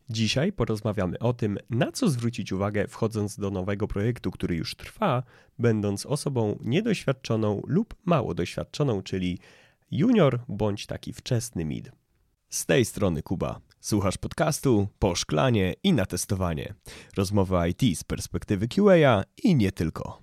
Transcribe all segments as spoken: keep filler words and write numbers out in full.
Dzisiaj porozmawiamy o tym, na co zwrócić uwagę wchodząc do nowego projektu, który już trwa, będąc osobą niedoświadczoną lub mało doświadczoną, czyli junior bądź taki wczesny mid. Z tej strony Kuba. Słuchasz podcastu Po szklanie i na testowanie. Rozmowy I T z perspektywy Q A i nie tylko.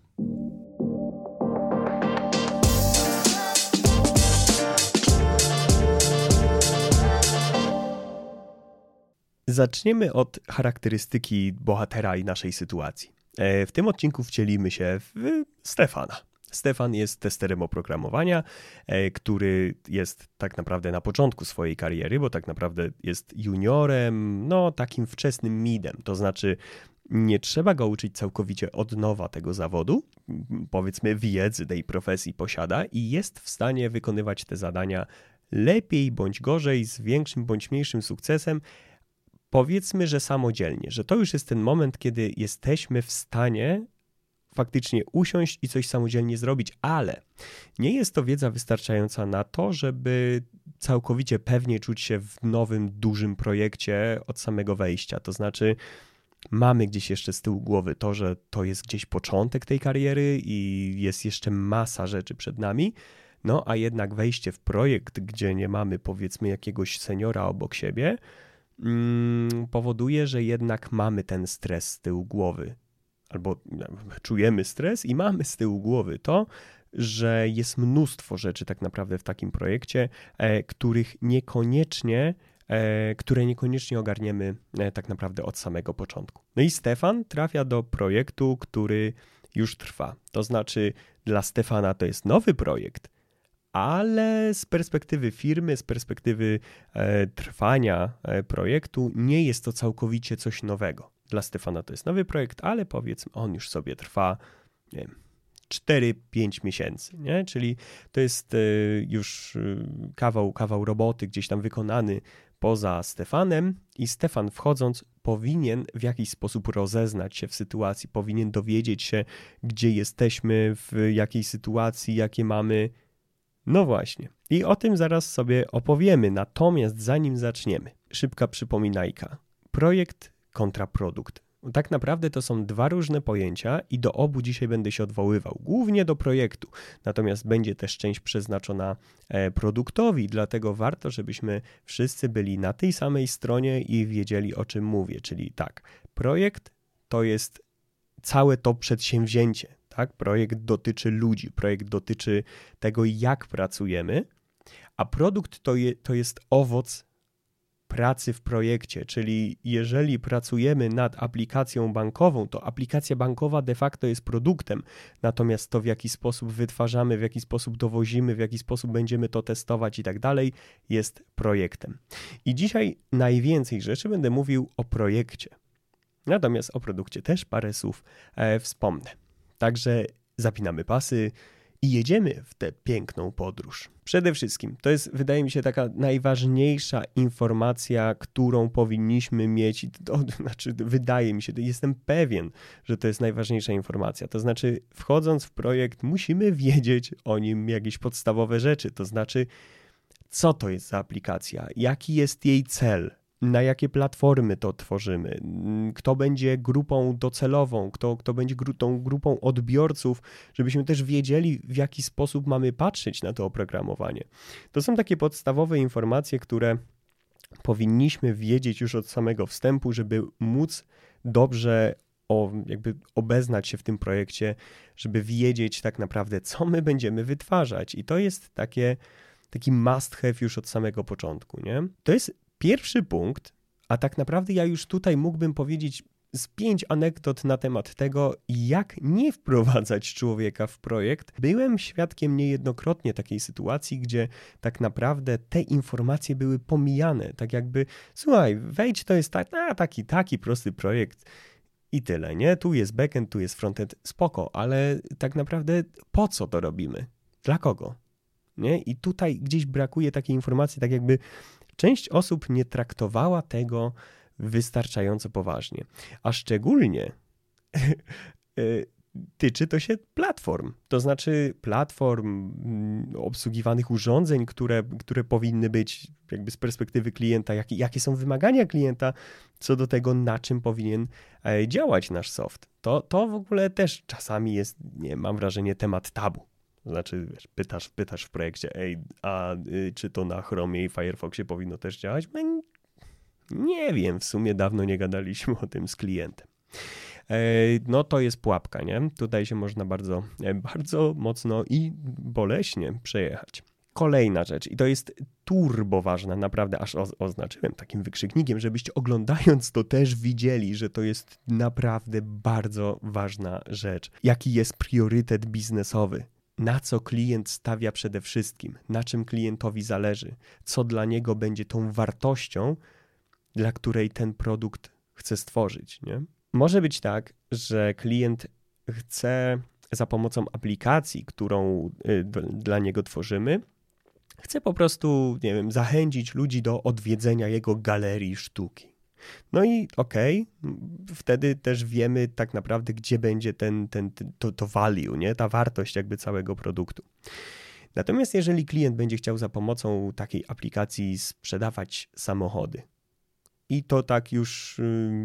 Zaczniemy od charakterystyki bohatera i naszej sytuacji. W tym odcinku wcielimy się w Stefana. Stefan jest testerem oprogramowania, który jest tak naprawdę na początku swojej kariery, bo tak naprawdę jest juniorem, no takim wczesnym midem, to znaczy nie trzeba go uczyć całkowicie od nowa tego zawodu, powiedzmy wiedzy tej profesji posiada i jest w stanie wykonywać te zadania lepiej bądź gorzej, z większym bądź mniejszym sukcesem, powiedzmy, że samodzielnie, że to już jest ten moment, kiedy jesteśmy w stanie faktycznie usiąść i coś samodzielnie zrobić, ale nie jest to wiedza wystarczająca na to, żeby całkowicie pewnie czuć się w nowym, dużym projekcie od samego wejścia. To znaczy mamy gdzieś jeszcze z tyłu głowy to, że to jest gdzieś początek tej kariery i jest jeszcze masa rzeczy przed nami, no a jednak wejście w projekt, gdzie nie mamy powiedzmy jakiegoś seniora obok siebie, mm, powoduje, że jednak mamy ten stres z tyłu głowy. Albo czujemy stres i mamy z tyłu głowy to, że jest mnóstwo rzeczy tak naprawdę w takim projekcie, e, których niekoniecznie, e, które niekoniecznie ogarniemy e, tak naprawdę od samego początku. No i Stefan trafia do projektu, który już trwa. To znaczy dla Stefana to jest nowy projekt, ale z perspektywy firmy, z perspektywy e, trwania e, projektu nie jest to całkowicie coś nowego. Dla Stefana to jest nowy projekt, ale powiedzmy on już sobie trwa, nie wiem, cztery pięć miesięcy, nie? Czyli to jest y, już y, kawał, kawał roboty gdzieś tam wykonany poza Stefanem i Stefan wchodząc powinien w jakiś sposób rozeznać się w sytuacji, powinien dowiedzieć się, gdzie jesteśmy, w jakiej sytuacji, jakie mamy. No właśnie. I o tym zaraz sobie opowiemy, natomiast zanim zaczniemy, szybka przypominajka. Projekt kontra produkt. Tak naprawdę to są dwa różne pojęcia i do obu dzisiaj będę się odwoływał, głównie do projektu, natomiast będzie też część przeznaczona produktowi, dlatego warto, żebyśmy wszyscy byli na tej samej stronie i wiedzieli, o czym mówię, czyli tak, projekt to jest całe to przedsięwzięcie, tak? Projekt dotyczy ludzi, projekt dotyczy tego, jak pracujemy, a produkt to, je, to jest owoc pracy w projekcie, czyli jeżeli pracujemy nad aplikacją bankową, to aplikacja bankowa de facto jest produktem, natomiast to w jaki sposób wytwarzamy, w jaki sposób dowozimy, w jaki sposób będziemy to testować i tak dalej, jest projektem. I dzisiaj najwięcej rzeczy będę mówił o projekcie, natomiast o produkcie też parę słów e, wspomnę. Także zapinamy pasy i jedziemy w tę piękną podróż. Przede wszystkim, to jest, wydaje mi się, taka najważniejsza informacja, którą powinniśmy mieć, to znaczy wydaje mi się, jestem pewien, że to jest najważniejsza informacja, to znaczy wchodząc w projekt musimy wiedzieć o nim jakieś podstawowe rzeczy, to znaczy co to jest za aplikacja, jaki jest jej cel, na jakie platformy to tworzymy, kto będzie grupą docelową, kto, kto będzie gru, tą grupą odbiorców, żebyśmy też wiedzieli, w jaki sposób mamy patrzeć na to oprogramowanie. To są takie podstawowe informacje, które powinniśmy wiedzieć już od samego wstępu, żeby móc dobrze o, jakby obeznać się w tym projekcie, żeby wiedzieć tak naprawdę, co my będziemy wytwarzać. I to jest takie, taki must have już od samego początku, nie? To jest pierwszy punkt, a tak naprawdę ja już tutaj mógłbym powiedzieć z pięć anegdot na temat tego, jak nie wprowadzać człowieka w projekt. Byłem świadkiem niejednokrotnie takiej sytuacji, gdzie tak naprawdę te informacje były pomijane. Tak jakby, słuchaj, wejdź, to jest tak, a, taki, taki prosty projekt i tyle, nie? Tu jest backend, tu jest frontend, spoko, ale tak naprawdę po co to robimy? Dla kogo? Nie? I tutaj gdzieś brakuje takiej informacji, tak jakby część osób nie traktowała tego wystarczająco poważnie, a szczególnie tyczy to się platform, to znaczy platform, obsługiwanych urządzeń, które, które powinny być jakby z perspektywy klienta, jakie, jakie są wymagania klienta co do tego, na czym powinien działać nasz soft. To, to w ogóle też czasami jest, nie mam wrażenie, temat tabu. To znaczy, wiesz, pytasz, pytasz w projekcie, ej, a y, czy to na Chromie i Firefoxie powinno też działać? No, nie wiem, w sumie dawno nie gadaliśmy o tym z klientem. No to jest pułapka, nie? Tutaj się można bardzo, bardzo mocno i boleśnie przejechać. Kolejna rzecz, i to jest turbo ważna, naprawdę aż oznaczyłem takim wykrzyknikiem, żebyście oglądając to też widzieli, że to jest naprawdę bardzo ważna rzecz. Jaki jest priorytet biznesowy? Na co klient stawia przede wszystkim? Na czym klientowi zależy? Co dla niego będzie tą wartością, dla której ten produkt chce stworzyć, nie? Może być tak, że klient chce za pomocą aplikacji, którą dla niego tworzymy, chce po prostu, nie wiem, zachęcić ludzi do odwiedzenia jego galerii sztuki. No i okej, okay, wtedy też wiemy tak naprawdę, gdzie będzie ten, ten, to, to value, nie? Ta wartość jakby całego produktu. Natomiast jeżeli klient będzie chciał za pomocą takiej aplikacji sprzedawać samochody, i to tak już,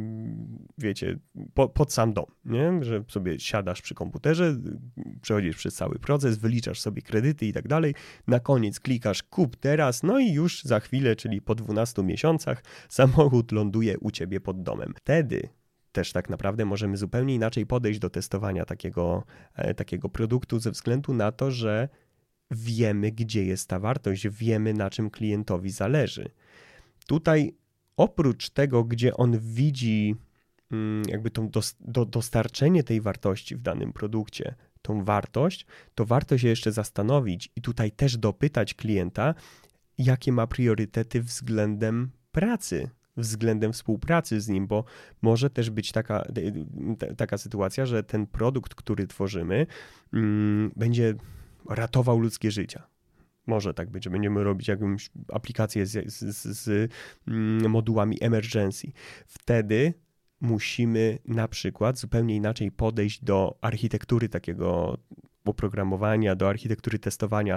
wiecie, po, pod sam dom, nie? Że sobie siadasz przy komputerze, przechodzisz przez cały proces, wyliczasz sobie kredyty i tak dalej, na koniec klikasz kup teraz, no i już za chwilę, czyli po dwunastu miesiącach, samochód ląduje u ciebie pod domem. Wtedy też tak naprawdę możemy zupełnie inaczej podejść do testowania takiego, takiego produktu ze względu na to, że wiemy, gdzie jest ta wartość, wiemy, na czym klientowi zależy. Tutaj oprócz tego, gdzie on widzi jakby tą dos- do, dostarczenie tej wartości w danym produkcie, tą wartość, to warto się jeszcze zastanowić i tutaj też dopytać klienta, jakie ma priorytety względem pracy, względem współpracy z nim, bo może też być taka, taka sytuacja, że ten produkt, który tworzymy, mm, będzie ratował ludzkie życia. Może tak być, że będziemy robić jakąś aplikację z, z, z modułami emergency. Wtedy musimy na przykład zupełnie inaczej podejść do architektury takiego oprogramowania, do architektury testowania.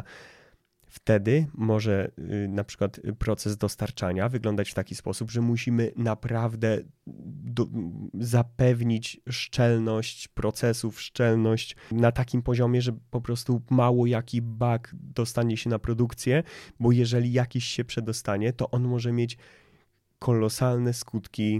Wtedy może na przykład proces dostarczania wyglądać w taki sposób, że musimy naprawdę do, zapewnić szczelność procesów, szczelność na takim poziomie, że po prostu mało jaki bug dostanie się na produkcję, bo jeżeli jakiś się przedostanie, to on może mieć kolosalne skutki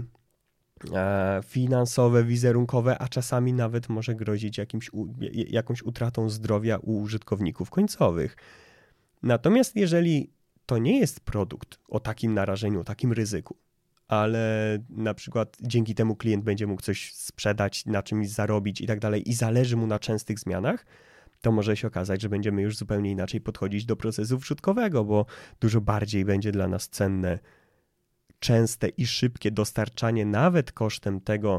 e, finansowe, wizerunkowe, a czasami nawet może grozić jakimś, jakąś utratą zdrowia u użytkowników końcowych. Natomiast jeżeli to nie jest produkt o takim narażeniu, o takim ryzyku, ale na przykład dzięki temu klient będzie mógł coś sprzedać, na czymś zarobić i tak dalej i zależy mu na częstych zmianach, to może się okazać, że będziemy już zupełnie inaczej podchodzić do procesu wrzutkowego, bo dużo bardziej będzie dla nas cenne częste i szybkie dostarczanie, nawet kosztem tego,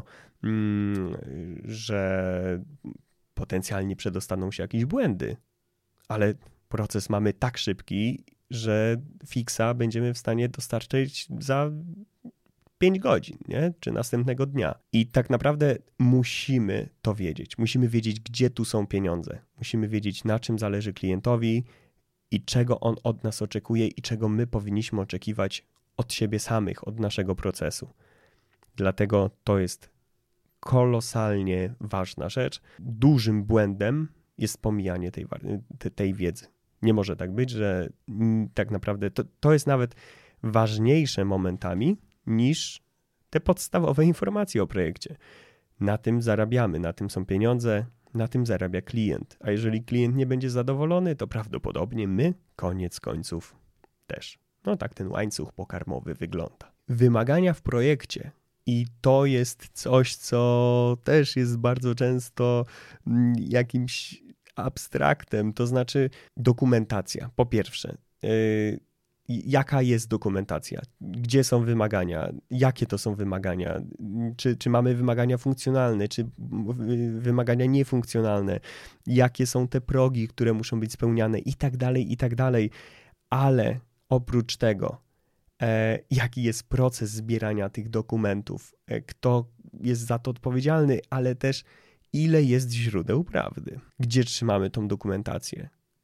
że potencjalnie przedostaną się jakieś błędy, ale proces mamy tak szybki, że fixa będziemy w stanie dostarczyć za pięć godzin, nie? Czy następnego dnia. I tak naprawdę musimy to wiedzieć. Musimy wiedzieć, gdzie tu są pieniądze. Musimy wiedzieć, na czym zależy klientowi i czego on od nas oczekuje i czego my powinniśmy oczekiwać od siebie samych, od naszego procesu. Dlatego to jest kolosalnie ważna rzecz. Dużym błędem jest pomijanie tej, tej wiedzy. Nie może tak być, że tak naprawdę to, to jest nawet ważniejsze momentami niż te podstawowe informacje o projekcie. Na tym zarabiamy, na tym są pieniądze, na tym zarabia klient. A jeżeli klient nie będzie zadowolony, to prawdopodobnie my, koniec końców, też. No tak ten łańcuch pokarmowy wygląda. Wymagania w projekcie. I to jest coś, co też jest bardzo często jakimś abstraktem, to znaczy dokumentacja. Po pierwsze, yy, jaka jest dokumentacja? Gdzie są wymagania? Jakie to są wymagania? Czy, czy mamy wymagania funkcjonalne? Czy wymagania niefunkcjonalne? Jakie są te progi, które muszą być spełniane? I tak dalej, i tak dalej. Ale oprócz tego, e, jaki jest proces zbierania tych dokumentów? E, kto jest za to odpowiedzialny? Ale też ile jest źródeł prawdy? Gdzie trzymamy tą dokumentację?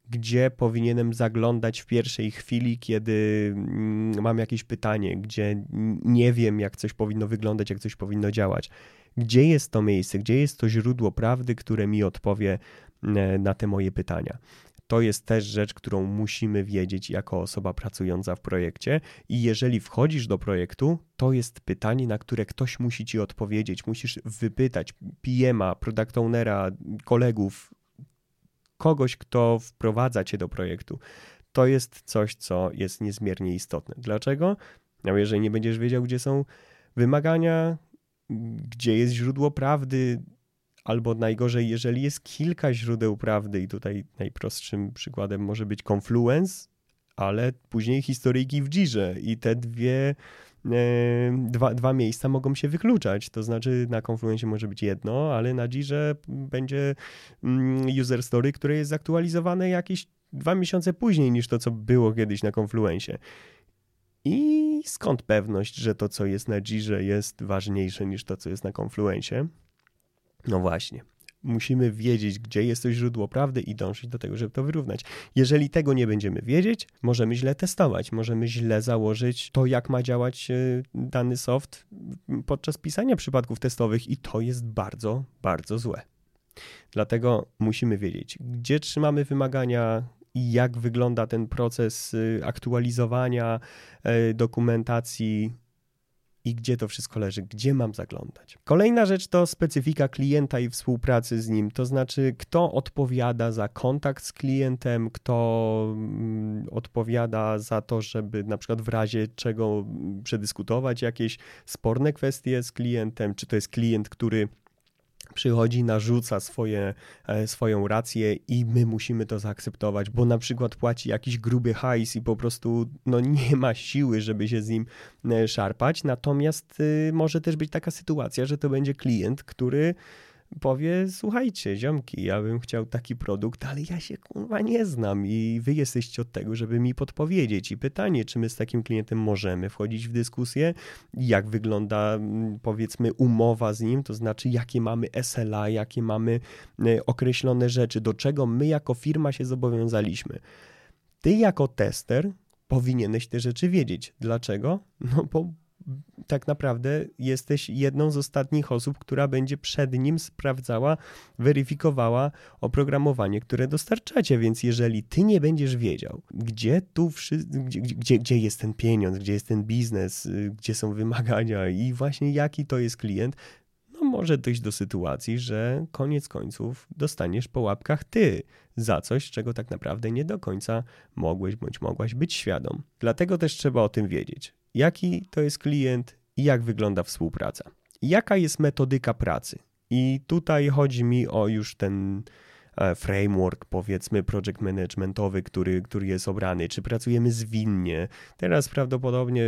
gdzie powinienem zaglądać w pierwszej chwili, kiedy mam jakieś pytanie, gdzie nie wiem, jak coś powinno wyglądać, jak coś powinno działać. Gdzie jest to miejsce, gdzie jest to źródło prawdy, które mi odpowie na te moje pytania. To jest też rzecz, którą musimy wiedzieć jako osoba pracująca w projekcie i jeżeli wchodzisz do projektu, to jest pytanie, na które ktoś musi ci odpowiedzieć. Musisz wypytać P M a, product ownera, kolegów, kogoś, kto wprowadza cię do projektu. To jest coś, co jest niezmiernie istotne. Dlaczego? No jeżeli nie będziesz wiedział, gdzie są wymagania, gdzie jest źródło prawdy, albo najgorzej, jeżeli jest kilka źródeł prawdy i tutaj najprostszym przykładem może być Confluence, ale później historyjki w Jirze i te dwie, e, dwa, dwa miejsca mogą się wykluczać. To znaczy na Confluence może być jedno, ale na Jirze będzie mm, user story, które jest zaktualizowane jakieś dwa miesiące później niż to, co było kiedyś na Confluence. I skąd pewność, że to, co jest na Jirze, jest ważniejsze niż to, co jest na Confluence? No właśnie, musimy wiedzieć, gdzie jest to źródło prawdy i dążyć do tego, żeby to wyrównać. Jeżeli tego nie będziemy wiedzieć, możemy źle testować, możemy źle założyć to, jak ma działać dany soft podczas pisania przypadków testowych i to jest bardzo, bardzo złe. Dlatego musimy wiedzieć, gdzie trzymamy wymagania i jak wygląda ten proces aktualizowania dokumentacji, i gdzie to wszystko leży, gdzie mam zaglądać. Kolejna rzecz to specyfika klienta i współpracy z nim, to znaczy kto odpowiada za kontakt z klientem, kto odpowiada za to, żeby na przykład w razie czego przedyskutować jakieś sporne kwestie z klientem, czy to jest klient, który przychodzi, narzuca swoje, swoją rację i my musimy to zaakceptować, bo na przykład płaci jakiś gruby hajs i po prostu no, nie ma siły, żeby się z nim szarpać. Natomiast y, może też być taka sytuacja, że to będzie klient, który powie, słuchajcie, ziomki, ja bym chciał taki produkt, ale ja się kurwa nie znam i wy jesteście od tego, żeby mi podpowiedzieć. I pytanie, czy my z takim klientem możemy wchodzić w dyskusję, jak wygląda powiedzmy umowa z nim, to znaczy jakie mamy S L A, jakie mamy określone rzeczy, do czego my jako firma się zobowiązaliśmy. Ty jako tester powinieneś te rzeczy wiedzieć. Dlaczego? No bo tak naprawdę jesteś jedną z ostatnich osób, która będzie przed nim sprawdzała, weryfikowała oprogramowanie, które dostarczacie, więc jeżeli ty nie będziesz wiedział, gdzie tu wszy- gdzie, gdzie, gdzie jest ten pieniądz, gdzie jest ten biznes, gdzie są wymagania i właśnie jaki to jest klient, no może dojść do sytuacji, że koniec końców dostaniesz po łapkach ty za coś, czego tak naprawdę nie do końca mogłeś bądź mogłaś być świadom. Dlatego też trzeba o tym wiedzieć. Jaki to jest klient i jak wygląda współpraca. Jaka jest metodyka pracy? I tutaj chodzi mi o już ten framework, powiedzmy, project managementowy, który, który jest obrany. Czy pracujemy zwinnie? Teraz prawdopodobnie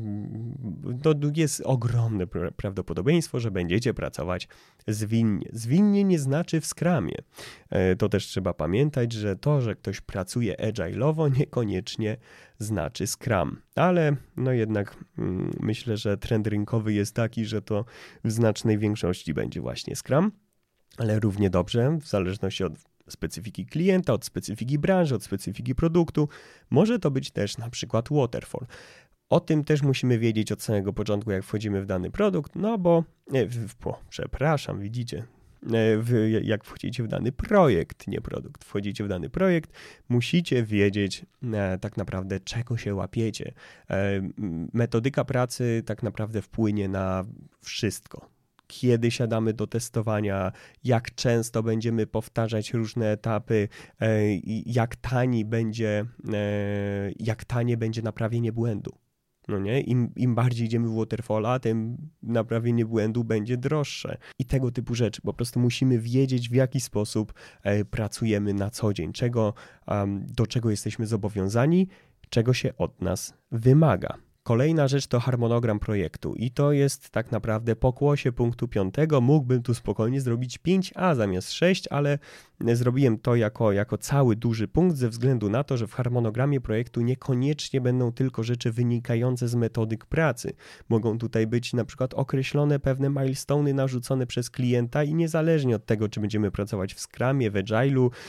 to jest ogromne prawdopodobieństwo, że będziecie pracować zwinnie. Zwinnie nie znaczy w Scrumie. To też trzeba pamiętać, że to, że ktoś pracuje agile'owo, niekoniecznie znaczy Scrum. Ale no jednak mm, myślę, że trend rynkowy jest taki, że to w znacznej większości będzie właśnie Scrum. Ale równie dobrze, w zależności od specyfiki klienta, od specyfiki branży, od specyfiki produktu, może to być też na przykład waterfall. O tym też musimy wiedzieć od samego początku, jak wchodzimy w dany produkt, no bo, w, w, o, przepraszam, widzicie, w, jak wchodzicie w dany projekt, nie produkt, wchodzicie w dany projekt, musicie wiedzieć e, tak naprawdę, czego się łapiecie. E, metodyka pracy tak naprawdę wpłynie na wszystko. Kiedy siadamy do testowania, jak często będziemy powtarzać różne etapy, jak tani będzie, jak tanie będzie naprawienie błędu. No nie? Im, im bardziej idziemy w waterfalla, tym naprawienie błędu będzie droższe. I tego typu rzeczy. Po prostu musimy wiedzieć, w jaki sposób pracujemy na co dzień, czego, do czego jesteśmy zobowiązani, czego się od nas wymaga. Kolejna rzecz to harmonogram projektu i to jest tak naprawdę pokłosie punktu piątego. Mógłbym tu spokojnie zrobić pięć a zamiast sześć, ale zrobiłem to jako, jako cały duży punkt ze względu na to, że w harmonogramie projektu niekoniecznie będą tylko rzeczy wynikające z metodyk pracy. Mogą tutaj być na przykład określone pewne milestone'y narzucone przez klienta i niezależnie od tego, czy będziemy pracować w Scrumie, w Agile'u,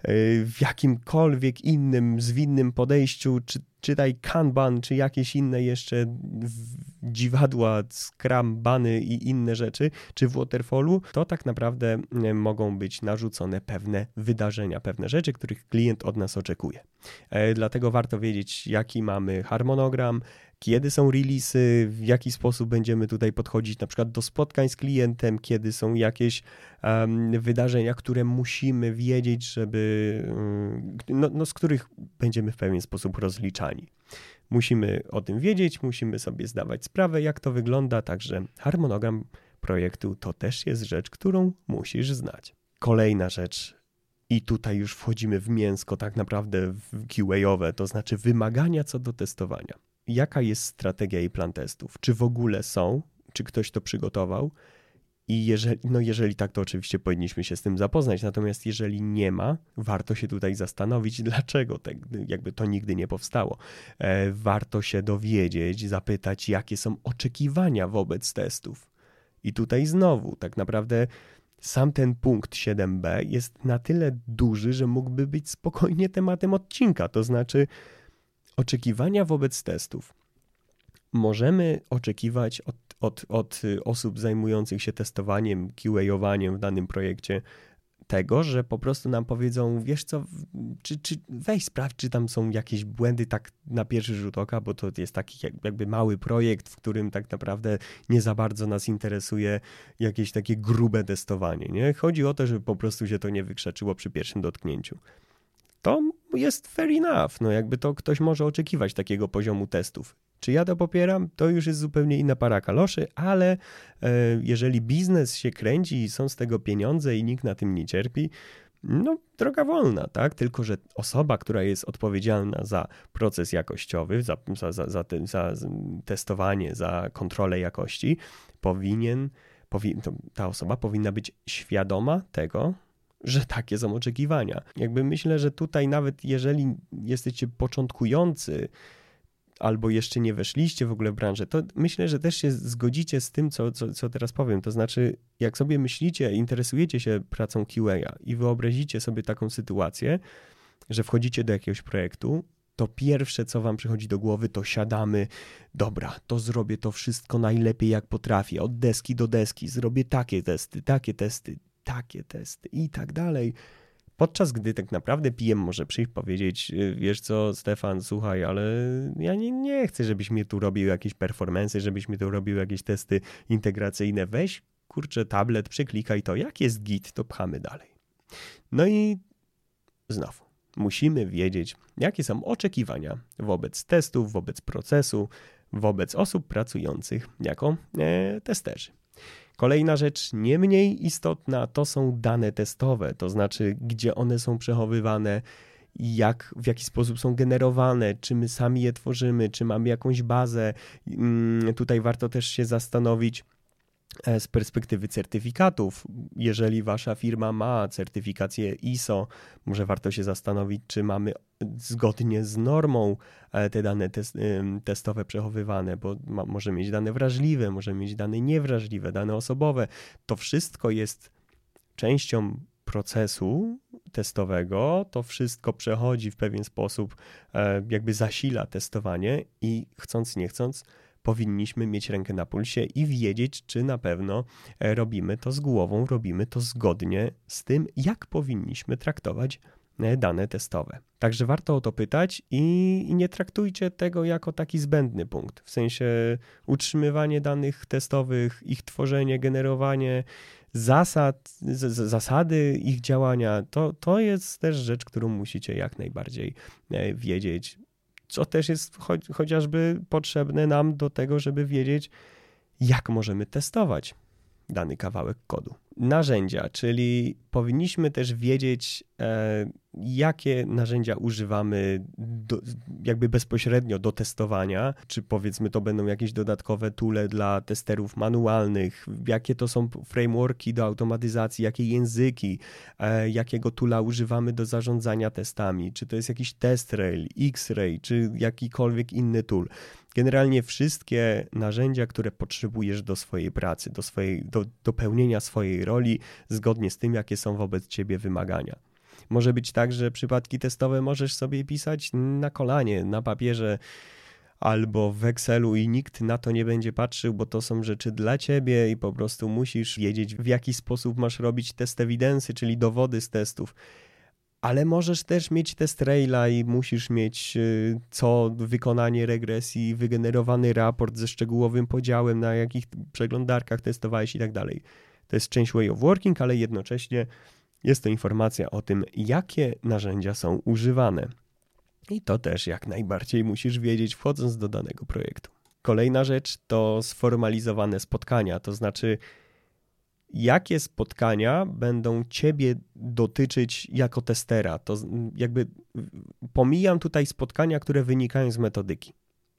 w jakimkolwiek innym, zwinnym podejściu, czy czytaj Kanban, czy jakieś inne jeszcze dziwadła, Scrum, Bany i inne rzeczy, czy w Waterfallu, to tak naprawdę mogą być narzucone pewne wydarzenia, pewne rzeczy, których klient od nas oczekuje. Dlatego warto wiedzieć, jaki mamy harmonogram, kiedy są releasy, w jaki sposób będziemy tutaj podchodzić na przykład do spotkań z klientem, kiedy są jakieś um, wydarzenia, które musimy wiedzieć, żeby, um, no, no, z których będziemy w pewien sposób rozliczani. Musimy o tym wiedzieć, musimy sobie zdawać sprawę, jak to wygląda, także harmonogram projektu to też jest rzecz, którą musisz znać. Kolejna rzecz, i tutaj już wchodzimy w mięsko tak naprawdę w Q A-owe, to znaczy wymagania co do testowania. Jaka jest strategia i plan testów? Czy w ogóle są? Czy ktoś to przygotował? I jeżeli, no jeżeli tak, to oczywiście powinniśmy się z tym zapoznać. Natomiast jeżeli nie ma, warto się tutaj zastanowić, dlaczego te, jakby to nigdy nie powstało. E, warto się dowiedzieć, zapytać, jakie są oczekiwania wobec testów. I tutaj znowu, tak naprawdę sam ten punkt siedem b jest na tyle duży, że mógłby być spokojnie tematem odcinka. To znaczy oczekiwania wobec testów. Możemy oczekiwać od, od, od osób zajmujących się testowaniem, Q A-owaniem w danym projekcie tego, że po prostu nam powiedzą, wiesz co, czy, czy weź sprawdź, czy tam są jakieś błędy tak na pierwszy rzut oka, bo to jest taki jakby mały projekt, w którym tak naprawdę nie za bardzo nas interesuje jakieś takie grube testowanie, nie? Chodzi o to, żeby po prostu się to nie wykrzaczyło przy pierwszym dotknięciu. To jest fair enough, no jakby to ktoś może oczekiwać takiego poziomu testów. Czy ja to popieram? To już jest zupełnie inna para kaloszy, ale e, jeżeli biznes się kręci i są z tego pieniądze i nikt na tym nie cierpi, no droga wolna, tak? Tylko że osoba, która jest odpowiedzialna za proces jakościowy, za, za, za, za, te, za testowanie, za kontrolę jakości, powinien, powi, to, ta osoba powinna być świadoma tego, że takie są oczekiwania. Jakby myślę, że tutaj nawet jeżeli jesteście początkujący albo jeszcze nie weszliście w ogóle w branżę, to myślę, że też się zgodzicie z tym, co, co, co teraz powiem. To znaczy, jak sobie myślicie, interesujecie się pracą Q A i wyobrazicie sobie taką sytuację, że wchodzicie do jakiegoś projektu, to pierwsze, co wam przychodzi do głowy, to siadamy, dobra, to zrobię to wszystko najlepiej jak potrafię, od deski do deski, zrobię takie testy, takie testy, takie testy i tak dalej. Podczas gdy tak naprawdę P M może przyjść powiedzieć, wiesz co, Stefan, słuchaj, ale ja nie, nie chcę, żebyś mi tu robił jakieś performance, żebyś mi tu robił jakieś testy integracyjne. Weź, kurczę, tablet, przyklikaj to. Jak jest git, to pchamy dalej. No i znowu, musimy wiedzieć, jakie są oczekiwania wobec testów, wobec procesu, wobec osób pracujących jako e, testerzy. Kolejna rzecz, nie mniej istotna, to są dane testowe, to znaczy gdzie one są przechowywane, jak, w jaki sposób są generowane, czy my sami je tworzymy, czy mamy jakąś bazę. Tutaj warto też się zastanowić z perspektywy certyfikatów. Jeżeli wasza firma ma certyfikację I S O, może warto się zastanowić, czy mamy zgodnie z normą te dane tes- testowe przechowywane, bo ma, może mieć dane wrażliwe, może mieć dane niewrażliwe, dane osobowe. To wszystko jest częścią procesu testowego, to wszystko przechodzi w pewien sposób, jakby zasila testowanie i chcąc nie chcąc, powinniśmy mieć rękę na pulsie i wiedzieć, czy na pewno robimy to z głową, robimy to zgodnie z tym, jak powinniśmy traktować dane testowe. Także warto o to pytać i nie traktujcie tego jako taki zbędny punkt. W sensie utrzymywanie danych testowych, ich tworzenie, generowanie zasad, z, zasady ich działania, to, to jest też rzecz, którą musicie jak najbardziej wiedzieć. Co też jest cho- chociażby potrzebne nam do tego, żeby wiedzieć, jak możemy testować dany kawałek kodu. Narzędzia, czyli powinniśmy też wiedzieć, e, jakie narzędzia używamy do, jakby bezpośrednio do testowania, czy powiedzmy to będą jakieś dodatkowe toole dla testerów manualnych, jakie to są frameworki do automatyzacji, jakie języki, e, jakiego toola używamy do zarządzania testami, czy to jest jakiś TestRail, X-Ray, czy jakikolwiek inny tool. Generalnie wszystkie narzędzia, które potrzebujesz do swojej pracy, do, swojej, do, do pełnienia swojej roli, zgodnie z tym, jakie są wobec ciebie wymagania. Może być tak, że przypadki testowe możesz sobie pisać na kolanie, na papierze albo w Excelu i nikt na to nie będzie patrzył, bo to są rzeczy dla ciebie i po prostu musisz wiedzieć, w jaki sposób masz robić test evidence, czyli dowody z testów. Ale możesz też mieć test Raila i musisz mieć co wykonanie regresji, wygenerowany raport ze szczegółowym podziałem, na jakich przeglądarkach testowałeś i tak dalej. To jest część way of working, ale jednocześnie jest to informacja o tym, jakie narzędzia są używane. I to też jak najbardziej musisz wiedzieć, wchodząc do danego projektu. Kolejna rzecz to sformalizowane spotkania, to znaczy jakie spotkania będą ciebie dotyczyć jako testera. To jakby pomijam tutaj spotkania, które wynikają z metodyki,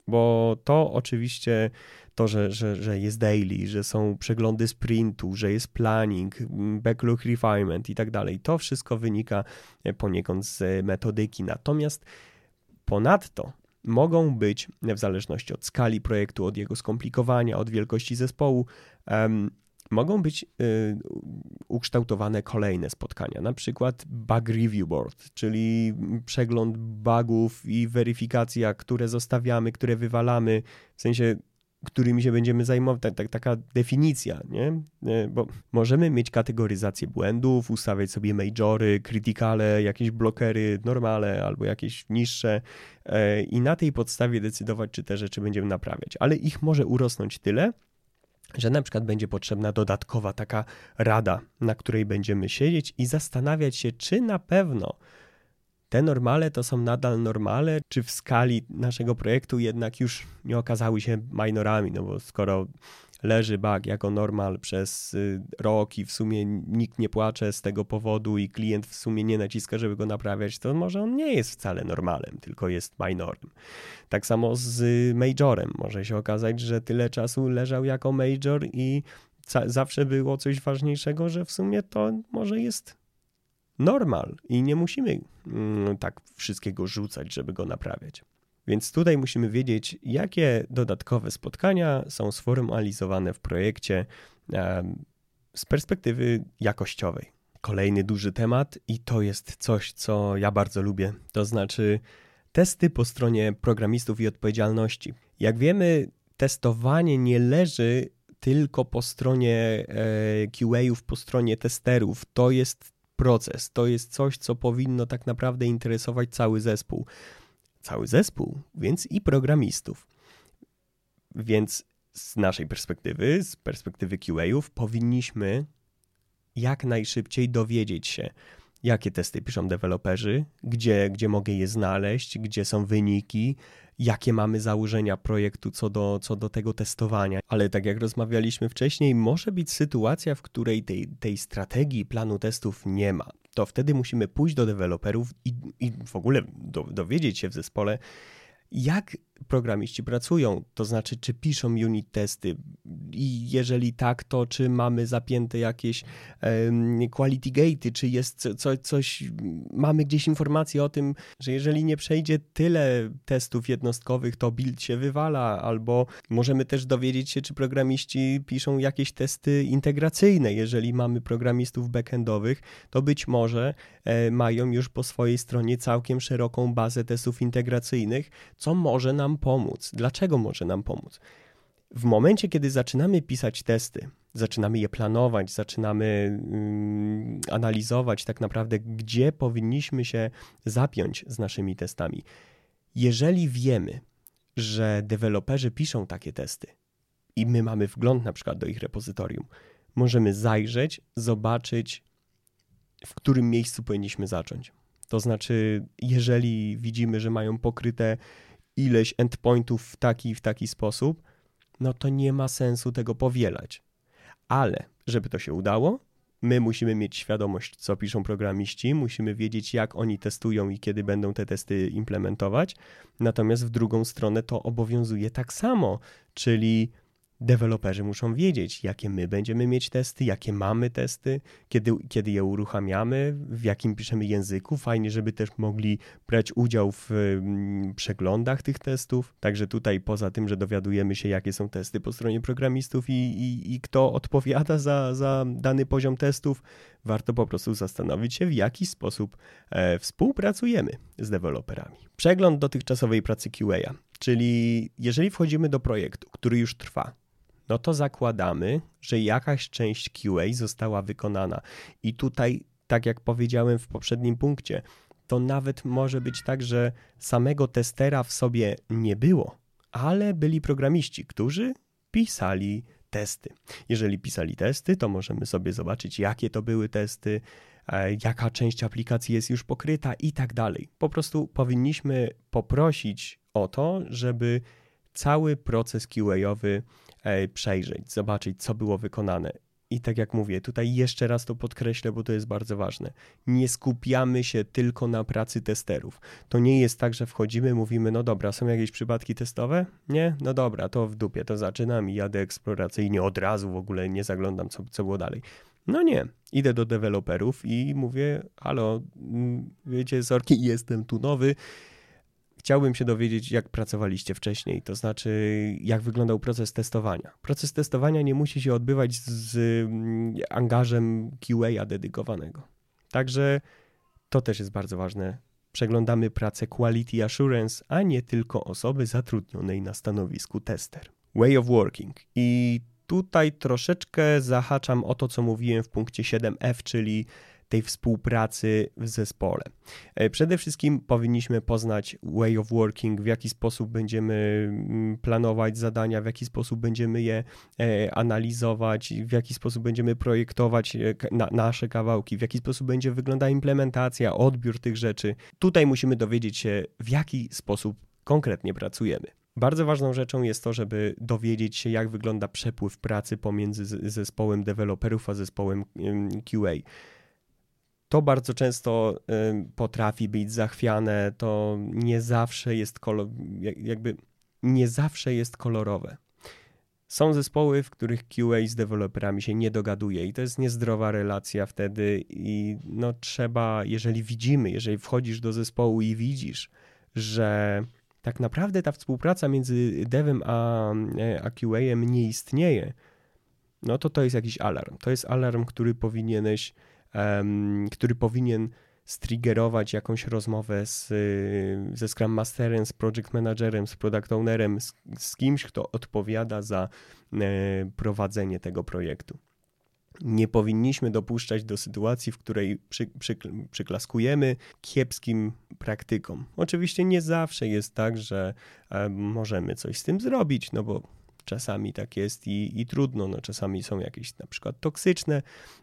bo to oczywiście to, że, że, że jest daily, że są przeglądy sprintu, że jest planning, backlog refinement i tak dalej, to wszystko wynika poniekąd z metodyki. Natomiast ponadto mogą być, w zależności od skali projektu, od jego skomplikowania, od wielkości zespołu, um, mogą być y, ukształtowane kolejne spotkania, na przykład bug review board, czyli przegląd bugów i weryfikacja, które zostawiamy, które wywalamy, w sensie którymi się będziemy zajmować, tak, tak, taka definicja, nie? Bo możemy mieć kategoryzację błędów, ustawiać sobie majory, krytykale, jakieś blokery normale albo jakieś niższe i na tej podstawie decydować, czy te rzeczy będziemy naprawiać, ale ich może urosnąć tyle, że na przykład będzie potrzebna dodatkowa taka rada, na której będziemy siedzieć i zastanawiać się, czy na pewno te normale to są nadal normale, czy w skali naszego projektu jednak już nie okazały się minorami, no bo skoro leży bug jako normal przez rok i w sumie nikt nie płacze z tego powodu i klient w sumie nie naciska, żeby go naprawiać, to może on nie jest wcale normalem, tylko jest minorem. Tak samo z majorem. Może się okazać, że tyle czasu leżał jako major i ca- zawsze było coś ważniejszego, że w sumie to może jest normal i nie musimy mm, tak wszystkiego rzucać, żeby go naprawiać. Więc tutaj musimy wiedzieć, jakie dodatkowe spotkania są sformalizowane w projekcie e, z perspektywy jakościowej. Kolejny duży temat i to jest coś, co ja bardzo lubię, to znaczy testy po stronie programistów i odpowiedzialności. Jak wiemy, testowanie nie leży tylko po stronie e, Q A-ów, po stronie testerów. To jest proces, to jest coś, co powinno tak naprawdę interesować cały zespół. Cały zespół, więc i programistów. Więc z naszej perspektywy, z perspektywy Q A-ów, powinniśmy jak najszybciej dowiedzieć się, jakie testy piszą deweloperzy, gdzie, gdzie mogę je znaleźć, gdzie są wyniki, jakie mamy założenia projektu co do, co do tego testowania. Ale tak jak rozmawialiśmy wcześniej, może być sytuacja, w której tej, tej strategii planu testów nie ma. To wtedy musimy pójść do deweloperów i, i w ogóle do, dowiedzieć się w zespole, jak programiści pracują, to znaczy czy piszą unit testy i jeżeli tak, to czy mamy zapięte jakieś um, quality gate'y, czy jest co, coś, mamy gdzieś informacje o tym, że jeżeli nie przejdzie tyle testów jednostkowych, to build się wywala, albo możemy też dowiedzieć się, czy programiści piszą jakieś testy integracyjne. Jeżeli mamy programistów backendowych, to być może e, mają już po swojej stronie całkiem szeroką bazę testów integracyjnych, co może nam pomóc. Dlaczego może nam pomóc? W momencie, kiedy zaczynamy pisać testy, zaczynamy je planować, zaczynamy mm, analizować tak naprawdę, gdzie powinniśmy się zapiąć z naszymi testami. Jeżeli wiemy, że deweloperzy piszą takie testy i my mamy wgląd na przykład do ich repozytorium, możemy zajrzeć, zobaczyć, w którym miejscu powinniśmy zacząć. To znaczy, jeżeli widzimy, że mają pokryte ileś endpointów w taki i w taki sposób, no to nie ma sensu tego powielać. Ale żeby to się udało, my musimy mieć świadomość, co piszą programiści, musimy wiedzieć, jak oni testują i kiedy będą te testy implementować. Natomiast w drugą stronę to obowiązuje tak samo, czyli deweloperzy muszą wiedzieć, jakie my będziemy mieć testy, jakie mamy testy, kiedy, kiedy je uruchamiamy, w jakim piszemy języku. Fajnie, żeby też mogli brać udział w mm, przeglądach tych testów. Także tutaj poza tym, że dowiadujemy się, jakie są testy po stronie programistów i, i, i kto odpowiada za, za dany poziom testów, warto po prostu zastanowić się, w jaki sposób e, współpracujemy z deweloperami. Przegląd dotychczasowej pracy Q A, czyli jeżeli wchodzimy do projektu, który już trwa, no to zakładamy, że jakaś część Q A została wykonana i tutaj, tak jak powiedziałem w poprzednim punkcie, to nawet może być tak, że samego testera w sobie nie było, ale byli programiści, którzy pisali testy. Jeżeli pisali testy, to możemy sobie zobaczyć, jakie to były testy, jaka część aplikacji jest już pokryta i tak dalej. Po prostu powinniśmy poprosić o to, żeby cały proces Q A-owy przejrzeć, zobaczyć, co było wykonane. I tak jak mówię, tutaj jeszcze raz to podkreślę, bo to jest bardzo ważne. Nie skupiamy się tylko na pracy testerów. To nie jest tak, że wchodzimy, mówimy, no dobra, są jakieś przypadki testowe? Nie? No dobra, to w dupie, to zaczynam i jadę eksploracyjnie od razu, w ogóle nie zaglądam, co, co było dalej. No nie, idę do deweloperów i mówię, halo, wiecie, sorki, jestem tu nowy, chciałbym się dowiedzieć, jak pracowaliście wcześniej, to znaczy, jak wyglądał proces testowania. Proces testowania nie musi się odbywać z angażem Q A dedykowanego. Także to też jest bardzo ważne. Przeglądamy pracę Quality Assurance, a nie tylko osoby zatrudnionej na stanowisku tester. Way of working. I tutaj troszeczkę zahaczam o to, co mówiłem w punkcie siedem F, czyli tej współpracy w zespole. Przede wszystkim powinniśmy poznać way of working, w jaki sposób będziemy planować zadania, w jaki sposób będziemy je analizować, w jaki sposób będziemy projektować na, nasze kawałki, w jaki sposób będzie wyglądała implementacja, odbiór tych rzeczy. Tutaj musimy dowiedzieć się, w jaki sposób konkretnie pracujemy. Bardzo ważną rzeczą jest to, żeby dowiedzieć się, jak wygląda przepływ pracy pomiędzy zespołem deweloperów a zespołem Q A. To bardzo często y, potrafi być zachwiane, to nie zawsze jest kolor, jakby nie zawsze jest kolorowe. Są zespoły, w których Q A z deweloperami się nie dogaduje i to jest niezdrowa relacja wtedy i no trzeba, jeżeli widzimy, jeżeli wchodzisz do zespołu i widzisz, że tak naprawdę ta współpraca między devem a, a Q A-em nie istnieje, no to to jest jakiś alarm. To jest alarm, który powinieneś Um, który powinien striggerować jakąś rozmowę z, ze Scrum Masterem, z Project Managerem, z Product Ownerem, z, z kimś, kto odpowiada za e, prowadzenie tego projektu. Nie powinniśmy dopuszczać do sytuacji, w której przy, przy, przyklaskujemy kiepskim praktykom. Oczywiście nie zawsze jest tak, że e, możemy coś z tym zrobić, no bo czasami tak jest i, i trudno, no czasami są jakieś na przykład toksyczne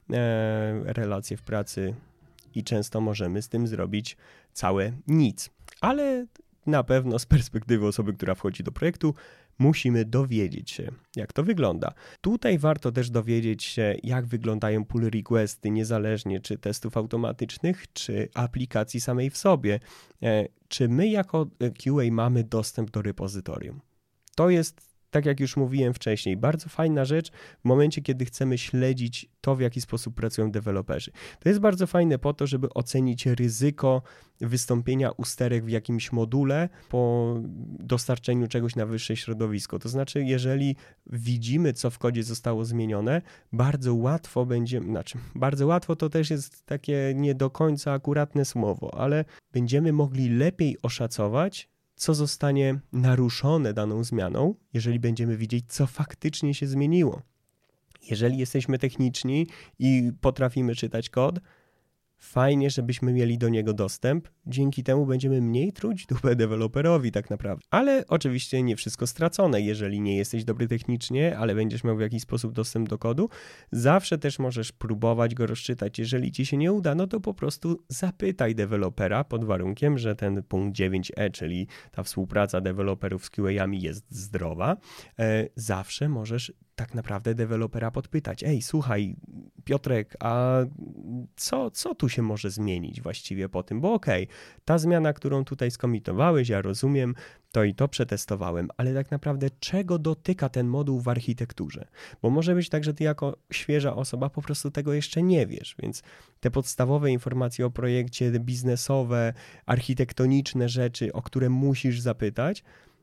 e, relacje w pracy i często możemy z tym zrobić całe nic. Ale na pewno z perspektywy osoby, która wchodzi do projektu, musimy dowiedzieć się, jak to wygląda. Tutaj warto też dowiedzieć się, jak wyglądają pull requesty, niezależnie czy testów automatycznych, czy aplikacji samej w sobie. E, czy my jako Q A mamy dostęp do repozytorium? To jest, tak jak już mówiłem wcześniej, bardzo fajna rzecz w momencie, kiedy chcemy śledzić to, w jaki sposób pracują deweloperzy. To jest bardzo fajne po to, żeby ocenić ryzyko wystąpienia usterek w jakimś module po dostarczeniu czegoś na wyższe środowisko. To znaczy, jeżeli widzimy, co w kodzie zostało zmienione, bardzo łatwo będzie, znaczy bardzo łatwo to też jest takie nie do końca akuratne słowo, ale będziemy mogli lepiej oszacować, co zostanie naruszone daną zmianą, jeżeli będziemy widzieć, co faktycznie się zmieniło. Jeżeli jesteśmy techniczni i potrafimy czytać kod, fajnie, żebyśmy mieli do niego dostęp. Dzięki temu będziemy mniej truć dupę deweloperowi tak naprawdę. Ale oczywiście nie wszystko stracone. Jeżeli nie jesteś dobry technicznie, ale będziesz miał w jakiś sposób dostęp do kodu, zawsze też możesz próbować go rozczytać. Jeżeli ci się nie uda, no to po prostu zapytaj dewelopera pod warunkiem, że ten punkt dziewięć e, czyli ta współpraca deweloperów z Q A-ami jest zdrowa. Zawsze możesz tak naprawdę dewelopera podpytać. Ej, słuchaj, Piotrek, a co, co tu się może zmienić właściwie po tym? Bo okej, okay, ta zmiana, którą tutaj skomitowałeś, ja rozumiem, to i to przetestowałem, ale tak naprawdę czego dotyka ten moduł w architekturze? Bo może być tak, że ty jako świeża osoba po prostu tego jeszcze nie wiesz, więc te podstawowe informacje o projekcie, biznesowe, architektoniczne rzeczy, o które musisz zapytać,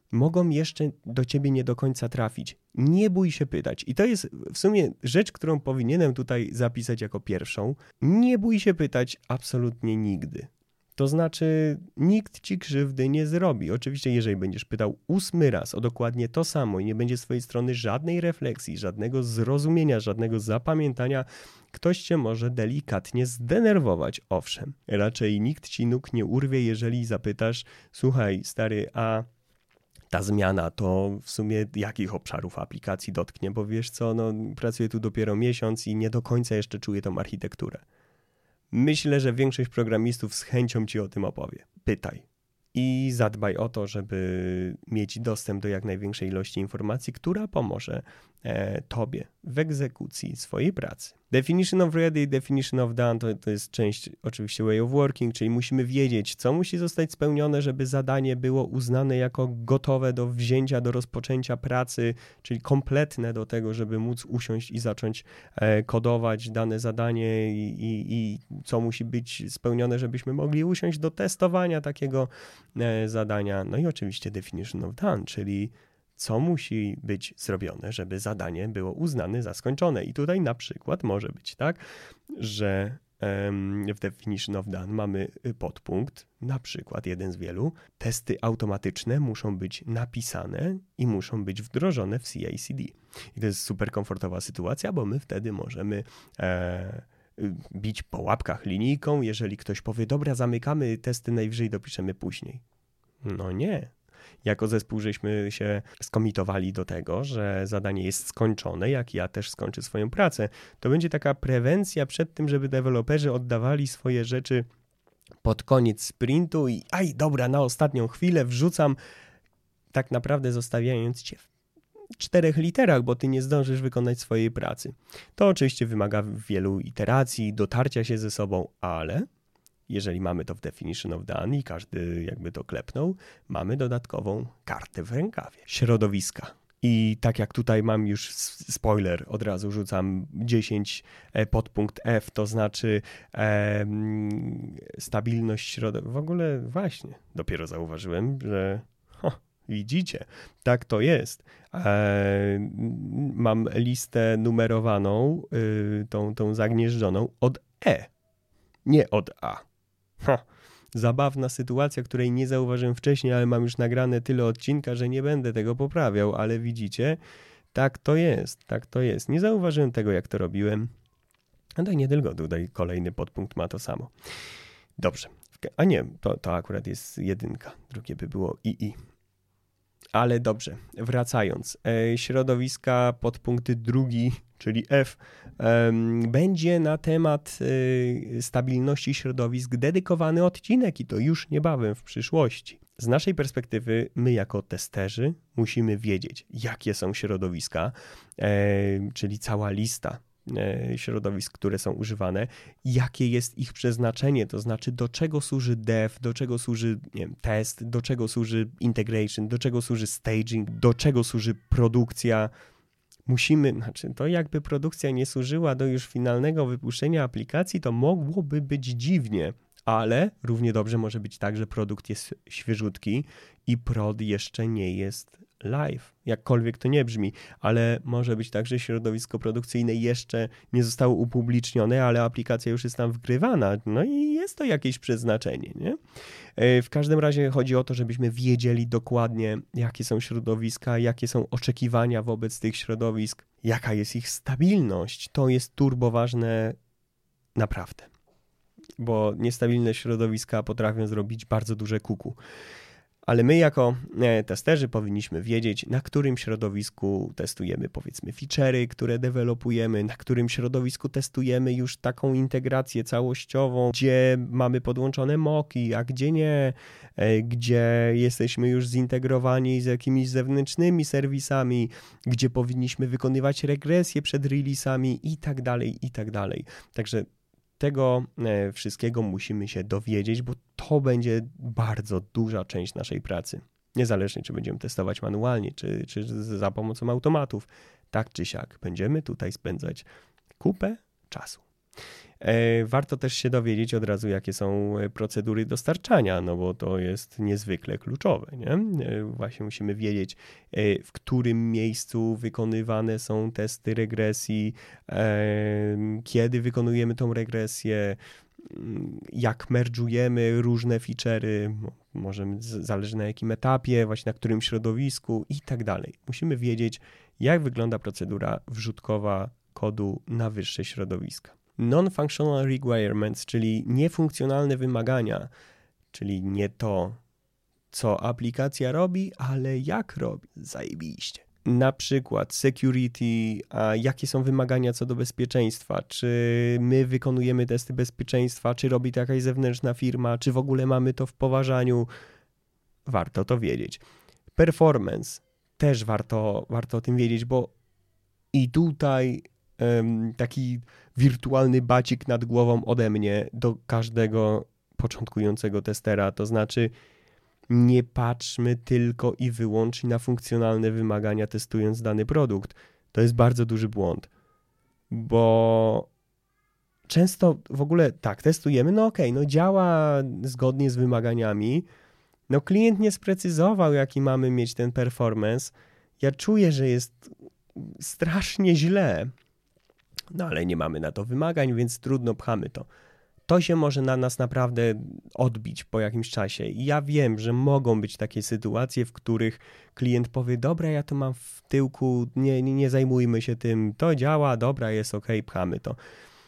mogą jeszcze do ciebie nie do końca trafić. Nie bój się pytać. I to jest w sumie rzecz, którą powinienem tutaj zapisać jako pierwszą. Nie bój się pytać absolutnie nigdy. To znaczy, nikt ci krzywdy nie zrobi. Oczywiście, jeżeli będziesz pytał ósmy raz o dokładnie to samo i nie będzie z twojej strony żadnej refleksji, żadnego zrozumienia, żadnego zapamiętania, ktoś cię może delikatnie zdenerwować. Owszem, raczej nikt ci nóg nie urwie, jeżeli zapytasz, słuchaj, stary, a ta zmiana to w sumie jakich obszarów aplikacji dotknie, bo wiesz co, no pracuję tu dopiero miesiąc i nie do końca jeszcze czuję tą architekturę. Myślę, że większość programistów z chęcią ci o tym opowie. Pytaj. I zadbaj o to, żeby mieć dostęp do jak największej ilości informacji, która pomoże e, tobie w egzekucji swojej pracy. Definition of ready, definition of done to, to jest część oczywiście way of working, czyli musimy wiedzieć, co musi zostać spełnione, żeby zadanie było uznane jako gotowe do wzięcia, do rozpoczęcia pracy, czyli kompletne do tego, żeby móc usiąść i zacząć e, kodować dane zadanie i, i, i co musi być spełnione, żebyśmy mogli usiąść do testowania takiego e, zadania. No i oczywiście definition of done, czyli co musi być zrobione, żeby zadanie było uznane za skończone. I tutaj na przykład może być tak, że w definition of done mamy podpunkt, na przykład jeden z wielu, testy automatyczne muszą być napisane i muszą być wdrożone w C I C D. I to jest super komfortowa sytuacja, bo my wtedy możemy e, bić po łapkach linijką, jeżeli ktoś powie, dobra, zamykamy testy, najwyżej dopiszemy później. No nie. Jako zespół żeśmy się skomitowali do tego, że zadanie jest skończone, jak ja też skończę swoją pracę. To będzie taka prewencja przed tym, żeby deweloperzy oddawali swoje rzeczy pod koniec sprintu i aj, dobra, na ostatnią chwilę wrzucam, tak naprawdę zostawiając cię w czterech literach, bo ty nie zdążysz wykonać swojej pracy. To oczywiście wymaga wielu iteracji, dotarcia się ze sobą, ale jeżeli mamy to w definition of done i każdy jakby to klepnął, mamy dodatkową kartę w rękawie. Środowiska. I tak jak tutaj mam już spoiler, od razu rzucam dziesięć podpunkt F, to znaczy e, stabilność środowiska. W ogóle właśnie, dopiero zauważyłem, że ho, widzicie, tak to jest. E, mam listę numerowaną, y, tą, tą zagnieżdżoną od E, nie od A. Ha, zabawna sytuacja, której nie zauważyłem wcześniej, ale mam już nagrane tyle odcinka, że nie będę tego poprawiał, ale widzicie, tak to jest, tak to jest. Nie zauważyłem tego, jak to robiłem. A to nie tylko, tutaj kolejny podpunkt ma to samo. Dobrze, a nie, to, to akurat jest jedynka, drugie by było I I. Ale dobrze, wracając, e, środowiska, podpunkty drugi, czyli F, e, będzie na temat e, stabilności środowisk dedykowany odcinek i to już niebawem w przyszłości. Z naszej perspektywy, my jako testerzy musimy wiedzieć, jakie są środowiska, e, czyli cała lista środowisk, które są używane, jakie jest ich przeznaczenie, to znaczy do czego służy dev, do czego służy nie wiem, test, do czego służy integration, do czego służy staging, do czego służy produkcja. Musimy, znaczy to jakby produkcja nie służyła do już finalnego wypuszczenia aplikacji, to mogłoby być dziwnie, ale równie dobrze może być tak, że produkt jest świeżutki i prod jeszcze nie jest live. Jakkolwiek to nie brzmi, ale może być tak, że środowisko produkcyjne jeszcze nie zostało upublicznione, ale aplikacja już jest tam wgrywana. No i jest to jakieś przeznaczenie, nie? W każdym razie chodzi o to, żebyśmy wiedzieli dokładnie, jakie są środowiska, jakie są oczekiwania wobec tych środowisk, jaka jest ich stabilność. To jest turbo ważne naprawdę, bo niestabilne środowiska potrafią zrobić bardzo duże kuku. Ale my jako testerzy powinniśmy wiedzieć, na którym środowisku testujemy powiedzmy feature'y, które dewelopujemy, na którym środowisku testujemy już taką integrację całościową, gdzie mamy podłączone moki, a gdzie nie, gdzie jesteśmy już zintegrowani z jakimiś zewnętrznymi serwisami, gdzie powinniśmy wykonywać regresję przed release'ami i tak dalej, i tak dalej. Także tego wszystkiego musimy się dowiedzieć, bo to będzie bardzo duża część naszej pracy. Niezależnie, czy będziemy testować manualnie, czy, czy za pomocą automatów. Tak czy siak, będziemy tutaj spędzać kupę czasu. Warto też się dowiedzieć od razu, jakie są procedury dostarczania, no bo to jest niezwykle kluczowe, nie? Właśnie musimy wiedzieć, w którym miejscu wykonywane są testy regresji, kiedy wykonujemy tą regresję, jak merdżujemy różne feature'y, możemy, zależy na jakim etapie, właśnie na którym środowisku i tak dalej. Musimy wiedzieć, jak wygląda procedura wrzutkowa kodu na wyższe środowiska. Non-functional requirements, czyli niefunkcjonalne wymagania, czyli nie to, co aplikacja robi, ale jak robi. Zajebiście. Na przykład security, a jakie są wymagania co do bezpieczeństwa, czy my wykonujemy testy bezpieczeństwa, czy robi to jakaś zewnętrzna firma, czy w ogóle mamy to w poważaniu. Warto to wiedzieć. Performance, też warto, warto o tym wiedzieć, bo i tutaj um, taki wirtualny bacik nad głową ode mnie do każdego początkującego testera, to znaczy nie patrzmy tylko i wyłącznie na funkcjonalne wymagania testując dany produkt. To jest bardzo duży błąd, bo często w ogóle tak, testujemy, no okej, okay, no działa zgodnie z wymaganiami, no klient nie sprecyzował, jaki mamy mieć ten performance, ja czuję, że jest strasznie źle, no ale nie mamy na to wymagań, więc trudno, pchamy to. To się może na nas naprawdę odbić po jakimś czasie. I ja wiem, że mogą być takie sytuacje, w których klient powie, dobra, ja to mam w tyłku, nie, nie, nie zajmujmy się tym, to działa, dobra, jest okej, pchamy to.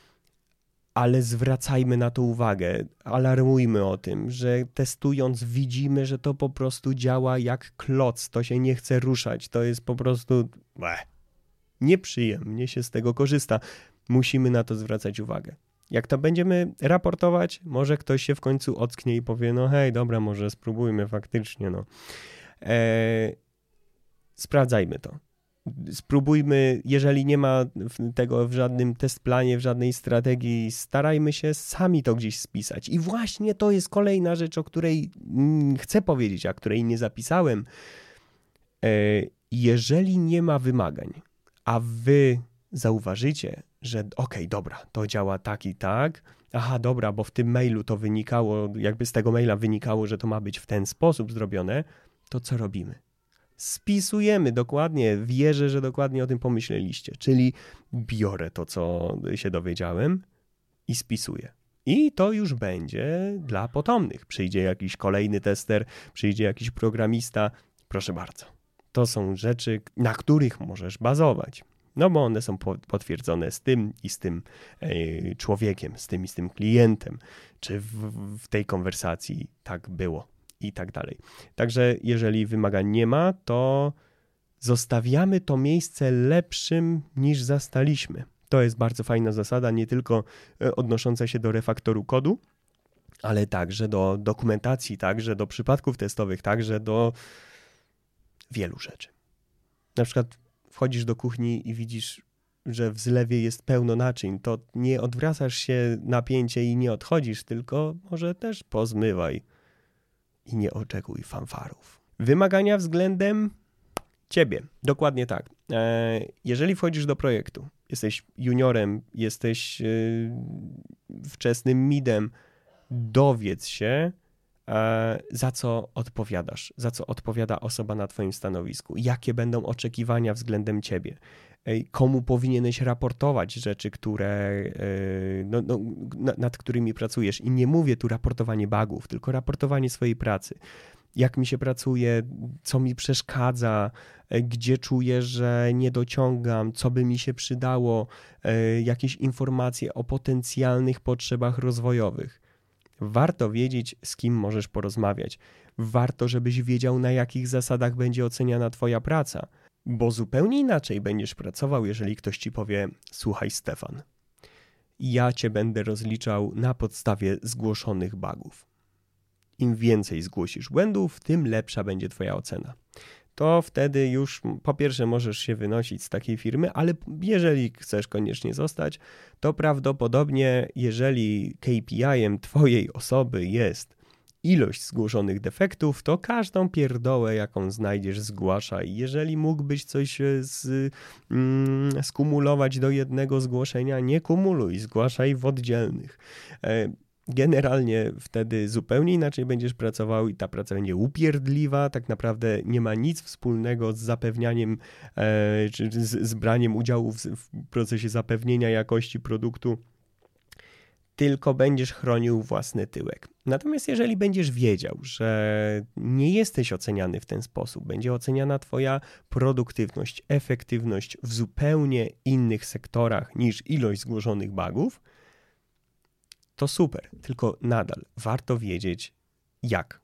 Ale zwracajmy na to uwagę, alarmujmy o tym, że testując widzimy, że to po prostu działa jak kloc, to się nie chce ruszać, to jest po prostu bleh, nieprzyjemnie się z tego korzysta. Musimy na to zwracać uwagę. Jak to będziemy raportować, może ktoś się w końcu ocknie i powie, no hej, dobra, może spróbujmy faktycznie, no. Eee, sprawdzajmy to. Spróbujmy, jeżeli nie ma tego w żadnym test planie, w żadnej strategii, starajmy się sami to gdzieś spisać. I właśnie to jest kolejna rzecz, o której chcę powiedzieć, a której nie zapisałem. Eee, jeżeli nie ma wymagań, a wy zauważycie, że okej, okay, dobra, to działa tak i tak, aha, dobra, bo w tym mailu to wynikało, jakby z tego maila wynikało, że to ma być w ten sposób zrobione, to co robimy? Spisujemy dokładnie, wierzę, że dokładnie o tym pomyśleliście, czyli biorę to, co się dowiedziałem i spisuję. I to już będzie dla potomnych. Przyjdzie jakiś kolejny tester, przyjdzie jakiś programista, proszę bardzo. To są rzeczy, na których możesz bazować. No bo one są potwierdzone z tym i z tym e, człowiekiem, z tym i z tym klientem, czy w, w tej konwersacji tak było i tak dalej. Także jeżeli wymagań nie ma, to zostawiamy to miejsce lepszym niż zastaliśmy. To jest bardzo fajna zasada, nie tylko odnosząca się do refaktoru kodu, ale także do dokumentacji, także do przypadków testowych, także do wielu rzeczy. Na przykład wchodzisz do kuchni i widzisz, że w zlewie jest pełno naczyń, to nie odwracasz się na pięcie i nie odchodzisz, tylko może też pozmywaj i nie oczekuj fanfarów. Wymagania względem ciebie. Dokładnie tak. Jeżeli wchodzisz do projektu, jesteś juniorem, jesteś wczesnym midem, dowiedz się, za co odpowiadasz, za co odpowiada osoba na twoim stanowisku, jakie będą oczekiwania względem ciebie, komu powinieneś raportować rzeczy, które, no, no, nad którymi pracujesz. I nie mówię tu raportowanie bugów, tylko raportowanie swojej pracy. Jak mi się pracuje, co mi przeszkadza, gdzie czuję, że nie dociągam, co by mi się przydało, jakieś informacje o potencjalnych potrzebach rozwojowych. Warto wiedzieć, z kim możesz porozmawiać. Warto, żebyś wiedział, na jakich zasadach będzie oceniana twoja praca. Bo zupełnie inaczej będziesz pracował, jeżeli ktoś ci powie, słuchaj Stefan, ja cię będę rozliczał na podstawie zgłoszonych bugów. Im więcej zgłosisz błędów, tym lepsza będzie twoja ocena. To wtedy już po pierwsze możesz się wynosić z takiej firmy, ale jeżeli chcesz koniecznie zostać, to prawdopodobnie jeżeli K P I-em twojej osoby jest ilość zgłoszonych defektów, to każdą pierdołę, jaką znajdziesz, zgłaszaj. Jeżeli mógłbyś coś z, mm, skumulować do jednego zgłoszenia, nie kumuluj, zgłaszaj w oddzielnych. Generalnie wtedy zupełnie inaczej będziesz pracował i ta praca będzie upierdliwa, tak naprawdę nie ma nic wspólnego z zapewnianiem e, czy z, z braniem udziału w, w procesie zapewnienia jakości produktu, tylko będziesz chronił własny tyłek. Natomiast jeżeli będziesz wiedział, że nie jesteś oceniany w ten sposób, będzie oceniana twoja produktywność, efektywność w zupełnie innych sektorach niż ilość zgłoszonych bugów, to super, tylko nadal warto wiedzieć jak,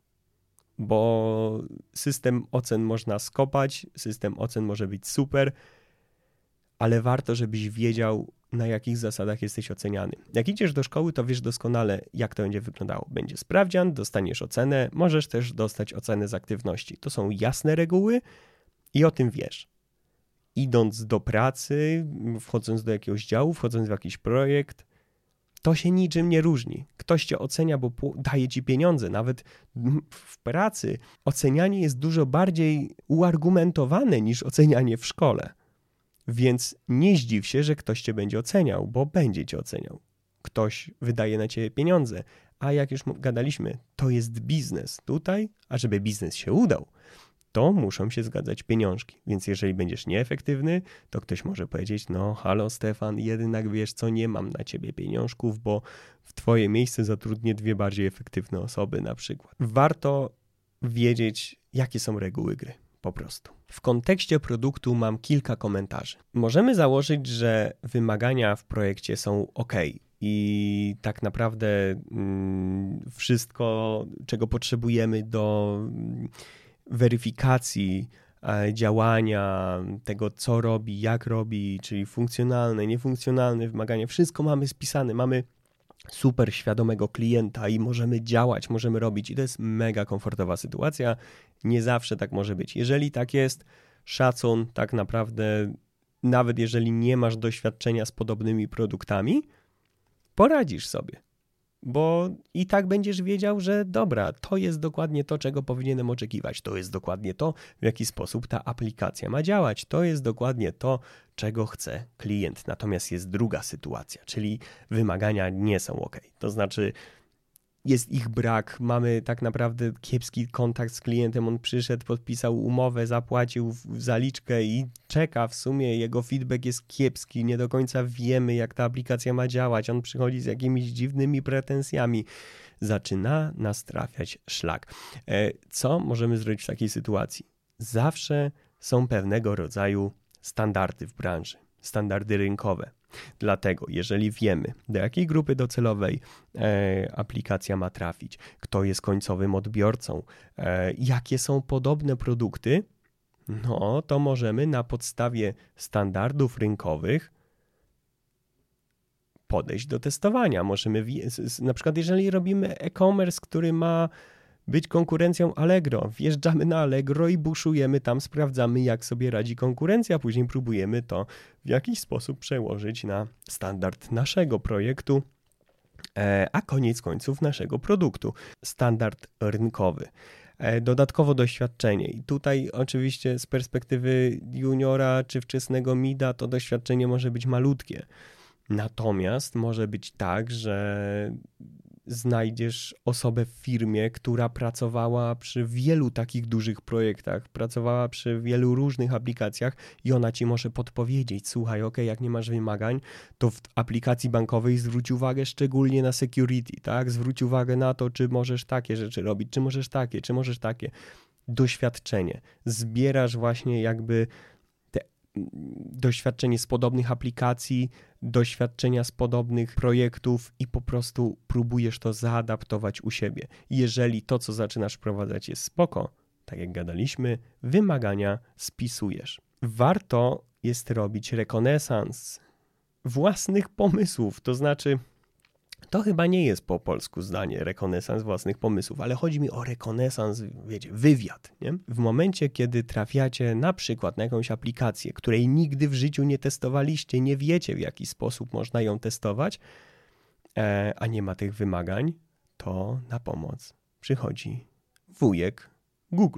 bo system ocen można skopać, system ocen może być super, ale warto, żebyś wiedział, na jakich zasadach jesteś oceniany. Jak idziesz do szkoły, to wiesz doskonale, jak to będzie wyglądało. Będzie sprawdzian, dostaniesz ocenę, możesz też dostać ocenę z aktywności. To są jasne reguły i o tym wiesz. Idąc do pracy, wchodząc do jakiegoś działu, wchodząc w jakiś projekt, to się niczym nie różni. Ktoś cię ocenia, bo daje ci pieniądze. Nawet w pracy ocenianie jest dużo bardziej uargumentowane niż ocenianie w szkole. Więc nie zdziw się, że ktoś cię będzie oceniał, bo będzie cię oceniał. Ktoś wydaje na ciebie pieniądze, a jak już gadaliśmy, to jest biznes. Tutaj, a żeby biznes się udał, to muszą się zgadzać pieniążki. Więc jeżeli będziesz nieefektywny, to ktoś może powiedzieć, no halo Stefan, jednak wiesz co, nie mam na ciebie pieniążków, bo w twoje miejsce zatrudnię dwie bardziej efektywne osoby na przykład. Warto wiedzieć, jakie są reguły gry. Po prostu. W kontekście produktu mam kilka komentarzy. Możemy założyć, że wymagania w projekcie są ok i tak naprawdę mm, wszystko, czego potrzebujemy do weryfikacji e, działania, tego co robi, jak robi, czyli funkcjonalne, niefunkcjonalne wymagania, wszystko mamy spisane, mamy super świadomego klienta i możemy działać, możemy robić i to jest mega komfortowa sytuacja. Nie zawsze tak może być. Jeżeli tak jest, szacun, tak naprawdę nawet jeżeli nie masz doświadczenia z podobnymi produktami, poradzisz sobie, bo i tak będziesz wiedział, że dobra, to jest dokładnie to, czego powinienem oczekiwać, to jest dokładnie to, w jaki sposób ta aplikacja ma działać, to jest dokładnie to, czego chce klient. Natomiast jest druga sytuacja, czyli wymagania nie są ok. To znaczy jest ich brak, mamy tak naprawdę kiepski kontakt z klientem, on przyszedł, podpisał umowę, zapłacił zaliczkę i czeka, w sumie jego feedback jest kiepski, nie do końca wiemy, jak ta aplikacja ma działać, on przychodzi z jakimiś dziwnymi pretensjami, zaczyna nas trafiać szlak. Co możemy zrobić w takiej sytuacji? Zawsze są pewnego rodzaju standardy w branży, standardy rynkowe. Dlatego, jeżeli wiemy, do jakiej grupy docelowej e, aplikacja ma trafić, kto jest końcowym odbiorcą, e, jakie są podobne produkty, no to możemy na podstawie standardów rynkowych podejść do testowania. Możemy, na przykład jeżeli robimy e-commerce, który ma być konkurencją Allegro, wjeżdżamy na Allegro i buszujemy tam, sprawdzamy jak sobie radzi konkurencja, później próbujemy to w jakiś sposób przełożyć na standard naszego projektu, a koniec końców naszego produktu. Standard rynkowy. Dodatkowo doświadczenie i tutaj oczywiście z perspektywy juniora czy wczesnego mida to doświadczenie może być malutkie. Natomiast może być tak, że znajdziesz osobę w firmie, która pracowała przy wielu takich dużych projektach, pracowała przy wielu różnych aplikacjach i ona ci może podpowiedzieć, słuchaj, ok, jak nie masz wymagań, to w aplikacji bankowej zwróć uwagę szczególnie na security, tak? Zwróć uwagę na to, czy możesz takie rzeczy robić, czy możesz takie, czy możesz takie. Doświadczenie. Zbierasz właśnie jakby doświadczenie z podobnych aplikacji, doświadczenia z podobnych projektów i po prostu próbujesz to zaadaptować u siebie. Jeżeli to, co zaczynasz wprowadzać jest spoko, tak jak gadaliśmy, wymagania spisujesz. Warto jest robić rekonesans własnych pomysłów, to znaczy to chyba nie jest po polsku zdanie rekonesans własnych pomysłów, ale chodzi mi o rekonesans, wiecie, wywiad, nie? W momencie, kiedy trafiacie na przykład na jakąś aplikację, której nigdy w życiu nie testowaliście, nie wiecie w jaki sposób można ją testować, e, a nie ma tych wymagań, to na pomoc przychodzi wujek Google.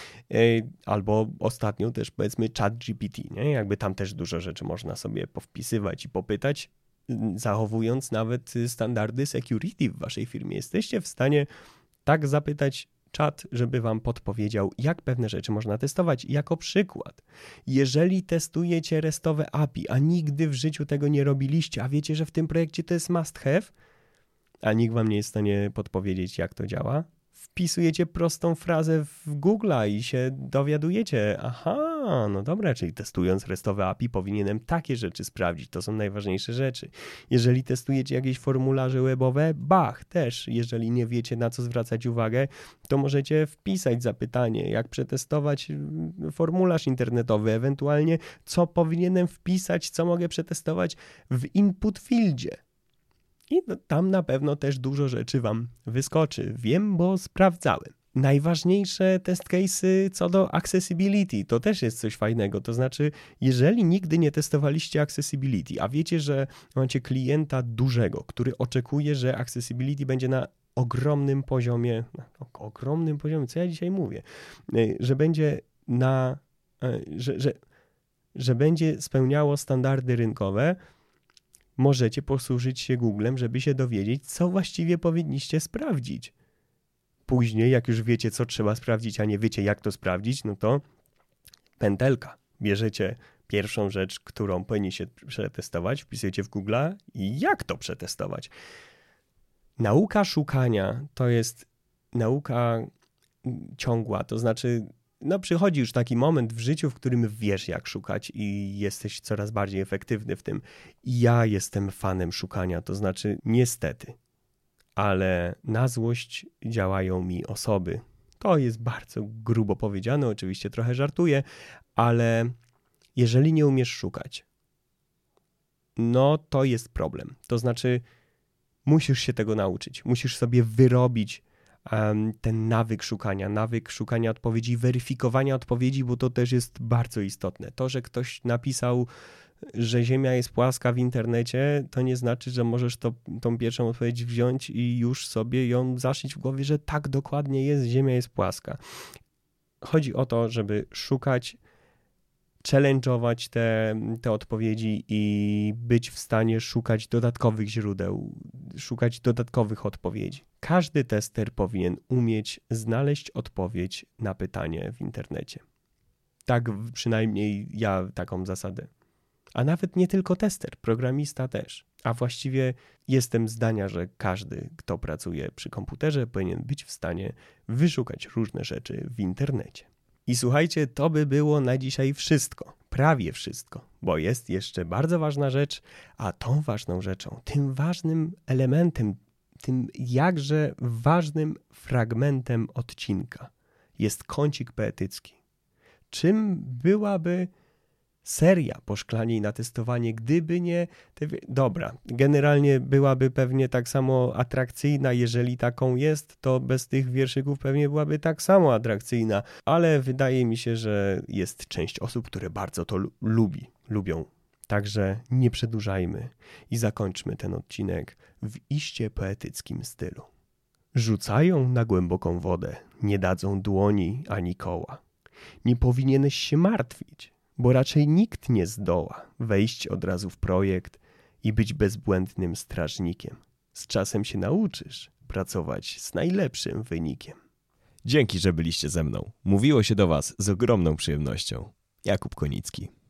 Albo ostatnio też powiedzmy ChatGPT, nie? Jakby tam też dużo rzeczy można sobie powpisywać i popytać, zachowując nawet standardy security w waszej firmie. Jesteście w stanie tak zapytać czat, żeby wam podpowiedział, jak pewne rzeczy można testować. Jako przykład, jeżeli testujecie restowe A P I, a nigdy w życiu tego nie robiliście, a wiecie, że w tym projekcie to jest must have, a nikt wam nie jest w stanie podpowiedzieć, jak to działa, wpisujecie prostą frazę w Google'a i się dowiadujecie, aha, no dobra, czyli testując restowe A P I powinienem takie rzeczy sprawdzić, to są najważniejsze rzeczy. Jeżeli testujecie jakieś formularze webowe, bach, też, jeżeli nie wiecie, na co zwracać uwagę, to możecie wpisać zapytanie, jak przetestować formularz internetowy, ewentualnie co powinienem wpisać, co mogę przetestować w input fieldzie. I tam na pewno też dużo rzeczy wam wyskoczy. Wiem, bo sprawdzałem. Najważniejsze test case'y co do accessibility, to też jest coś fajnego. To znaczy, jeżeli nigdy nie testowaliście accessibility, a wiecie, że macie klienta dużego, który oczekuje, że accessibility będzie na ogromnym poziomie, o ogromnym poziomie, co ja dzisiaj mówię, że będzie na, że, że, że będzie spełniało standardy rynkowe, możecie posłużyć się Googlem, żeby się dowiedzieć, co właściwie powinniście sprawdzić. Później, jak już wiecie, co trzeba sprawdzić, a nie wiecie, jak to sprawdzić, no to pętelka. Bierzecie pierwszą rzecz, którą powinniście przetestować, wpisujecie w Google'a i jak to przetestować. Nauka szukania to jest nauka ciągła, to znaczy no przychodzi już taki moment w życiu, w którym wiesz, jak szukać i jesteś coraz bardziej efektywny w tym. I ja jestem fanem szukania, to znaczy niestety, ale na złość działają mi osoby. To jest bardzo grubo powiedziane, oczywiście trochę żartuję, ale jeżeli nie umiesz szukać, no to jest problem. To znaczy musisz się tego nauczyć, musisz sobie wyrobić ten nawyk szukania, nawyk szukania odpowiedzi, weryfikowania odpowiedzi, bo to też jest bardzo istotne. To, że ktoś napisał, że Ziemia jest płaska w internecie, to nie znaczy, że możesz to, tą pierwszą odpowiedź wziąć i już sobie ją zaszyć w głowie, że tak dokładnie jest, Ziemia jest płaska. Chodzi o to, żeby szukać, challenge'ować te, te odpowiedzi i być w stanie szukać dodatkowych źródeł, szukać dodatkowych odpowiedzi. Każdy tester powinien umieć znaleźć odpowiedź na pytanie w internecie. Tak przynajmniej ja taką zasadę. A nawet nie tylko tester, programista też. A właściwie jestem zdania, że każdy, kto pracuje przy komputerze, powinien być w stanie wyszukać różne rzeczy w internecie. I słuchajcie, to by było na dzisiaj wszystko, prawie wszystko, bo jest jeszcze bardzo ważna rzecz, a tą ważną rzeczą, tym ważnym elementem, tym jakże ważnym fragmentem odcinka jest kącik poetycki. Czym byłaby seria po Szklanie na testowanie, gdyby nie... Te... Dobra, generalnie byłaby pewnie tak samo atrakcyjna, jeżeli taką jest, to bez tych wierszyków pewnie byłaby tak samo atrakcyjna, ale wydaje mi się, że jest część osób, które bardzo to lubi, lubią. Także nie przedłużajmy i zakończmy ten odcinek w iście poetyckim stylu. Rzucają na głęboką wodę, nie dadzą dłoni ani koła. Nie powinieneś się martwić, bo raczej nikt nie zdoła wejść od razu w projekt i być bezbłędnym strażnikiem. Z czasem się nauczysz pracować z najlepszym wynikiem. Dzięki, że byliście ze mną. Mówiło się do was z ogromną przyjemnością. Jakub Konicki.